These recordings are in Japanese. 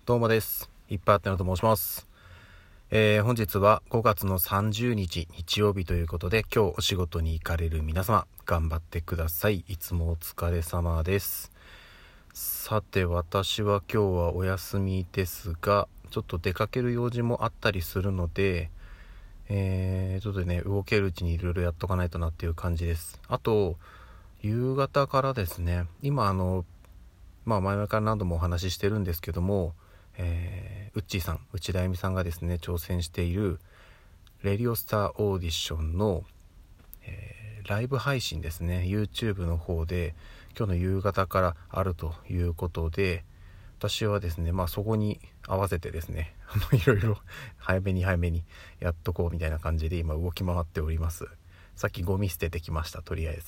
どうもです。いっぱいあってのと申します。本日は5月の30日日曜日ということで、今日お仕事に行かれる皆様頑張ってください。いつもお疲れ様です。さて、私は今日はお休みですが、ちょっと出かける用事もあったりするので、ちょっとね、動けるうちにいろいろやっとかないとなっていう感じです。あと夕方からですね、今前々から何度もお話ししてるんですけども、ウッチーさん、内田あゆみさんがですね挑戦しているレディオスターオーディションの、ライブ配信ですね、 YouTube の方で今日の夕方からあるということで、私はですねそこに合わせてですねいろいろ早めにやっとこうみたいな感じで今動き回っております。さっきゴミ捨ててきました。とりあえず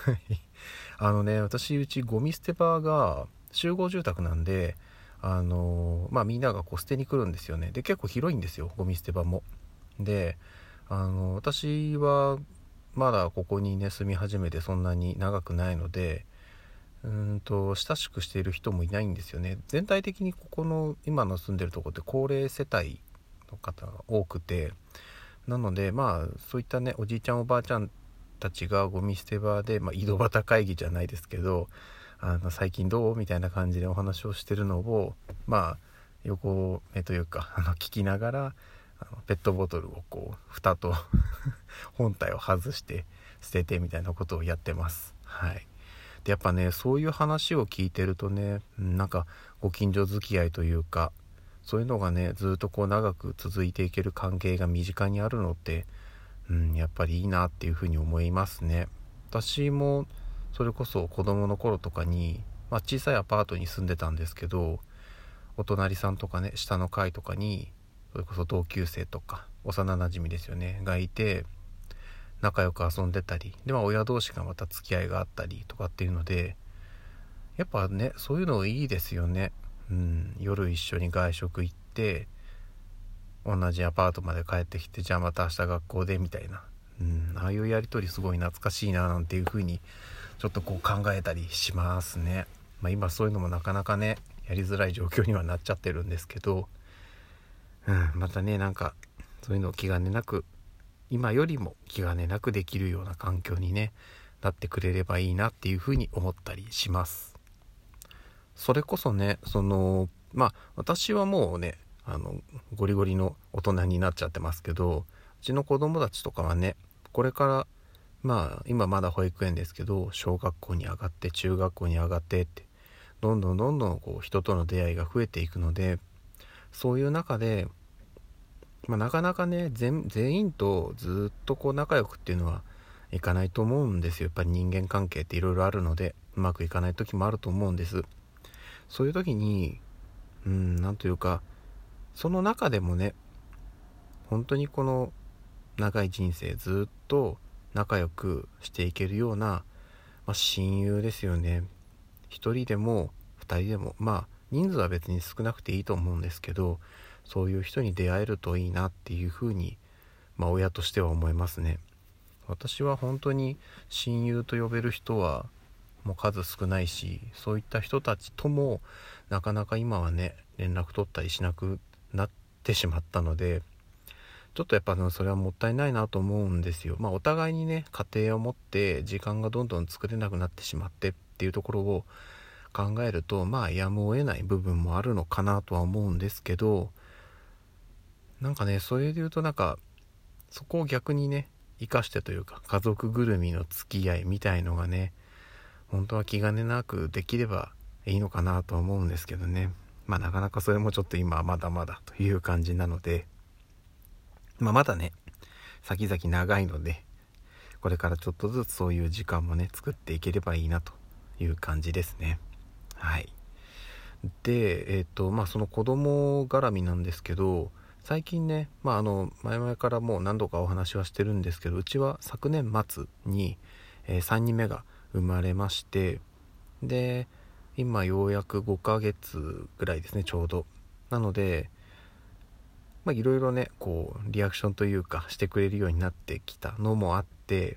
私うちゴミ捨て場が集合住宅なんで、みんながこう捨てに来るんですよね。で、結構広いんですよ、ゴミ捨て場も。で、私はまだここにね住み始めてそんなに長くないので、親しくしている人もいないんですよね。全体的にここの今の住んでるところって高齢世帯の方が多くて、なのでそういったねおじいちゃんおばあちゃんたちがゴミ捨て場で、井戸端会議じゃないですけど、最近どうみたいな感じでお話をしてるのを横目というか聞きながら、ペットボトルをこう蓋と本体を外して捨ててみたいなことをやってます。はい。で、やっぱねそういう話を聞いてるとね、なんかご近所付き合いというか、そういうのがねずっとこう長く続いていける関係が身近にあるのって、やっぱりいいなっていうふうに思いますね。私もそれこそ子供の頃とかに、小さいアパートに住んでたんですけど、お隣さんとかね下の階とかにそれこそ同級生とか幼馴染ですよねがいて、仲良く遊んでたりで、親同士がまた付き合いがあったりとかっていうので、やっぱねそういうのいいですよね。夜一緒に外食行って同じアパートまで帰ってきて、じゃあまた明日学校でみたいな、ああいうやり取りすごい懐かしいななんていう風にちょっとこう考えたりしますね。今そういうのもなかなかねやりづらい状況にはなっちゃってるんですけど、またねなんかそういうのを気兼ねなく、今よりも気兼ねなくできるような環境にねなってくれればいいなっていう風に思ったりします。それこそね私はもうねゴリゴリの大人になっちゃってますけど、うちの子供たちとかはねこれから今まだ保育園ですけど、小学校に上がって中学校に上がってってどんどんこう人との出会いが増えていくので、そういう中で、なかなかね全員とずっとこう仲良くっていうのはいかないと思うんですよ。やっぱり人間関係っていろいろあるのでうまくいかない時もあると思うんです。そういう時になんというか、その中でもね本当にこの長い人生ずっと仲良くしていけるような、親友ですよね。一人でも二人でも、人数は別に少なくていいと思うんですけど、そういう人に出会えるといいなっていうふうに、親としては思いますね。私は本当に親友と呼べる人はもう数少ないし、そういった人たちともなかなか今はね連絡取ったりしなくなってしまったので、ちょっとやっぱそれはもったいないなと思うんですよ。お互いにね家庭を持って時間がどんどん作れなくなってしまってっていうところを考えると、やむを得ない部分もあるのかなとは思うんですけど、なんかねそれで言うとそこを逆にね生かしてというか、家族ぐるみの付き合いみたいのがね本当は気兼ねなくできればいいのかなと思うんですけどね。なかなかそれもちょっと今はまだまだという感じなので、まだね先々長いので、これからちょっとずつそういう時間もね作っていければいいなという感じですね。はい。でその子供絡みなんですけど、最近ね前々からもう何度かお話はしてるんですけど、うちは昨年末に、3人目が生まれまして、で今ようやく5ヶ月ぐらいですね、ちょうど。なのでいろいろねこうリアクションというかしてくれるようになってきたのもあって、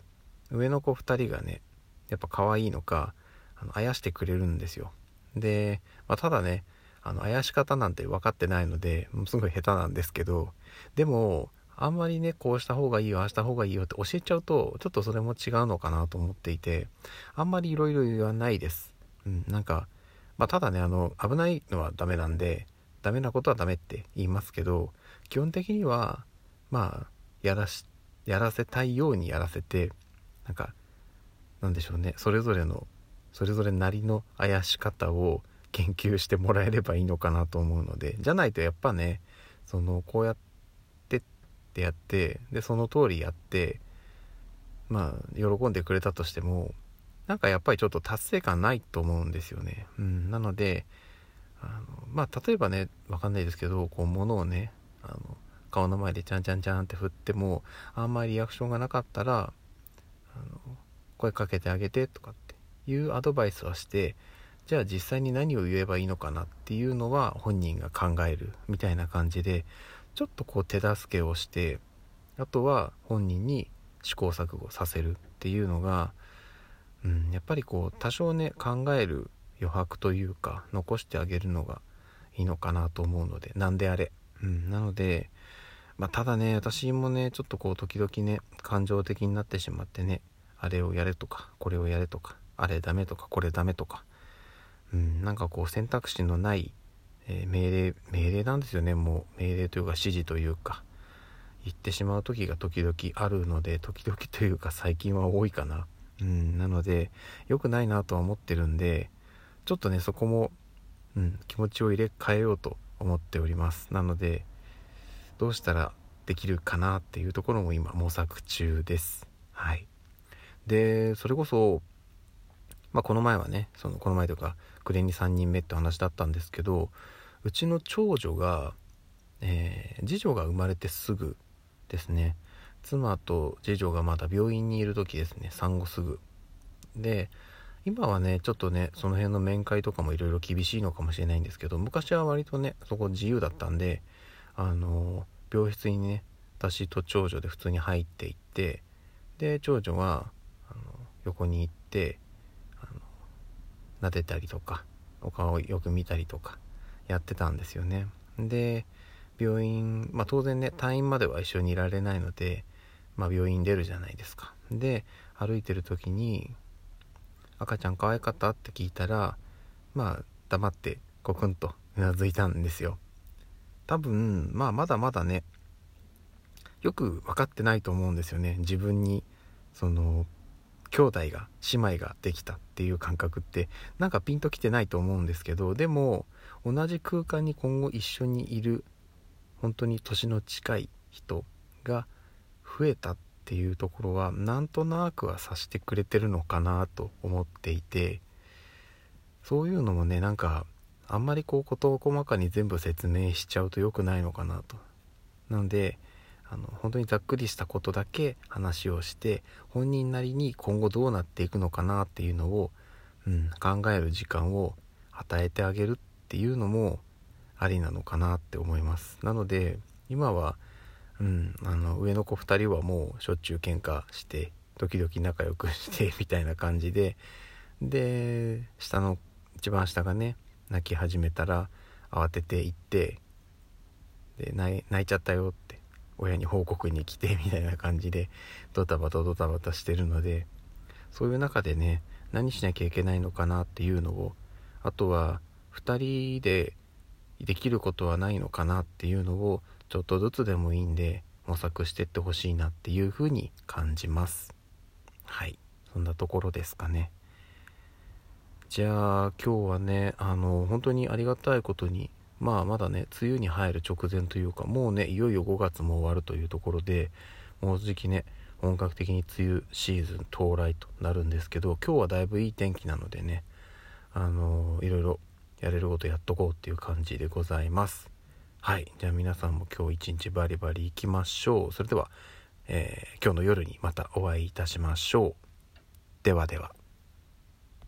上の子2人がねやっぱ可愛いのかあやしてくれるんですよ。で、ただね怪し方なんて分かってないので、すごい下手なんですけど、でもあんまりね、こうした方がいいよ、ああした方がいいよって教えちゃうと、ちょっとそれも違うのかなと思っていて、あんまりいろいろ言わないです。なんか、ただね、危ないのはダメなんで、ダメなことはダメって言いますけど、基本的には、やらせたいようにやらせて、なんでしょうね、それぞれなりの怪し方を研究してもらえればいいのかなと思うので、じゃないとやっぱね、こうやってってやって、でその通りやって、喜んでくれたとしても、やっぱりちょっと達成感ないと思うんですよね。なので例えばね、わかんないですけど、こう物をね、顔の前でチャンチャンチャンって振ってもあんまりリアクションがなかったら、声かけてあげてとかっていうアドバイスはして、じゃあ実際に何を言えばいいのかなっていうのは本人が考えるみたいな感じで、ちょっとこう手助けをして、あとは本人に試行錯誤させるっていうのが、やっぱりこう多少ね、考える余白というか残してあげるのがいいのかなと思うので、なんであれ、なので、ただね、私もね、ちょっとこう時々ね、感情的になってしまってね、あれをやれとかこれをやれとか、あれダメとかこれダメとか、こう選択肢のない、命令なんですよね。もう命令というか指示というか言ってしまう時が時々あるので、時々というか最近は多いかな。なので良くないなとは思ってるんで、ちょっとねそこも、気持ちを入れ替えようと思っております。なのでどうしたらできるかなっていうところも今模索中です。はい。でそれこそ、この前はね、この前というか暮れに3人目って話だったんですけど、うちの長女が、次女が生まれてすぐですね、妻と次女がまだ病院にいる時ですね、産後すぐで、今はねちょっとねその辺の面会とかもいろいろ厳しいのかもしれないんですけど、昔は割とねそこ自由だったんで、病室にね私と長女で普通に入っていって、で長女は横に行って撫でたりとかお顔をよく見たりとかやってたんですよね。で病院、当然ね退院までは一緒にいられないので、病院出るじゃないですか。で歩いてる時に赤ちゃん可愛かったって聞いたら、黙ってコクンとうなずいたんですよ。多分まだまだねよく分かってないと思うんですよね。自分に兄弟が姉妹ができたっていう感覚ってピンときてないと思うんですけど、でも同じ空間に今後一緒にいる本当に年の近い人が増えたっていうところはなんとなくは察してくれてるのかなと思っていて、そういうのもねあんまりこう事細かに全部説明しちゃうと良くないのかなと。なので本当にざっくりしたことだけ話をして、本人なりに今後どうなっていくのかなっていうのを、考える時間を与えてあげるっていうのもありなのかなって思います。なので今は、上の子2人はもうしょっちゅう喧嘩して時々仲良くしてみたいな感じで、一番下がね泣き始めたら慌てて行って、で泣いちゃったよって親に報告に来てみたいな感じでドタバタしてるので、そういう中でね何しなきゃいけないのかなっていうのを、あとは2人でできることはないのかなっていうのをちょっとずつでもいいんで模索してってほしいなっていうふうに感じます。はい、そんなところですかね。じゃあ今日はね本当にありがたいことにまだね梅雨に入る直前というか、もうねいよいよ5月も終わるというところで、もうじきね本格的に梅雨シーズン到来となるんですけど、今日はだいぶいい天気なのでねいろいろやれることやっとこうっていう感じでございます。はい、じゃあ皆さんも今日一日バリバリいきましょう。それでは、今日の夜にまたお会いいたしましょう。ではでは。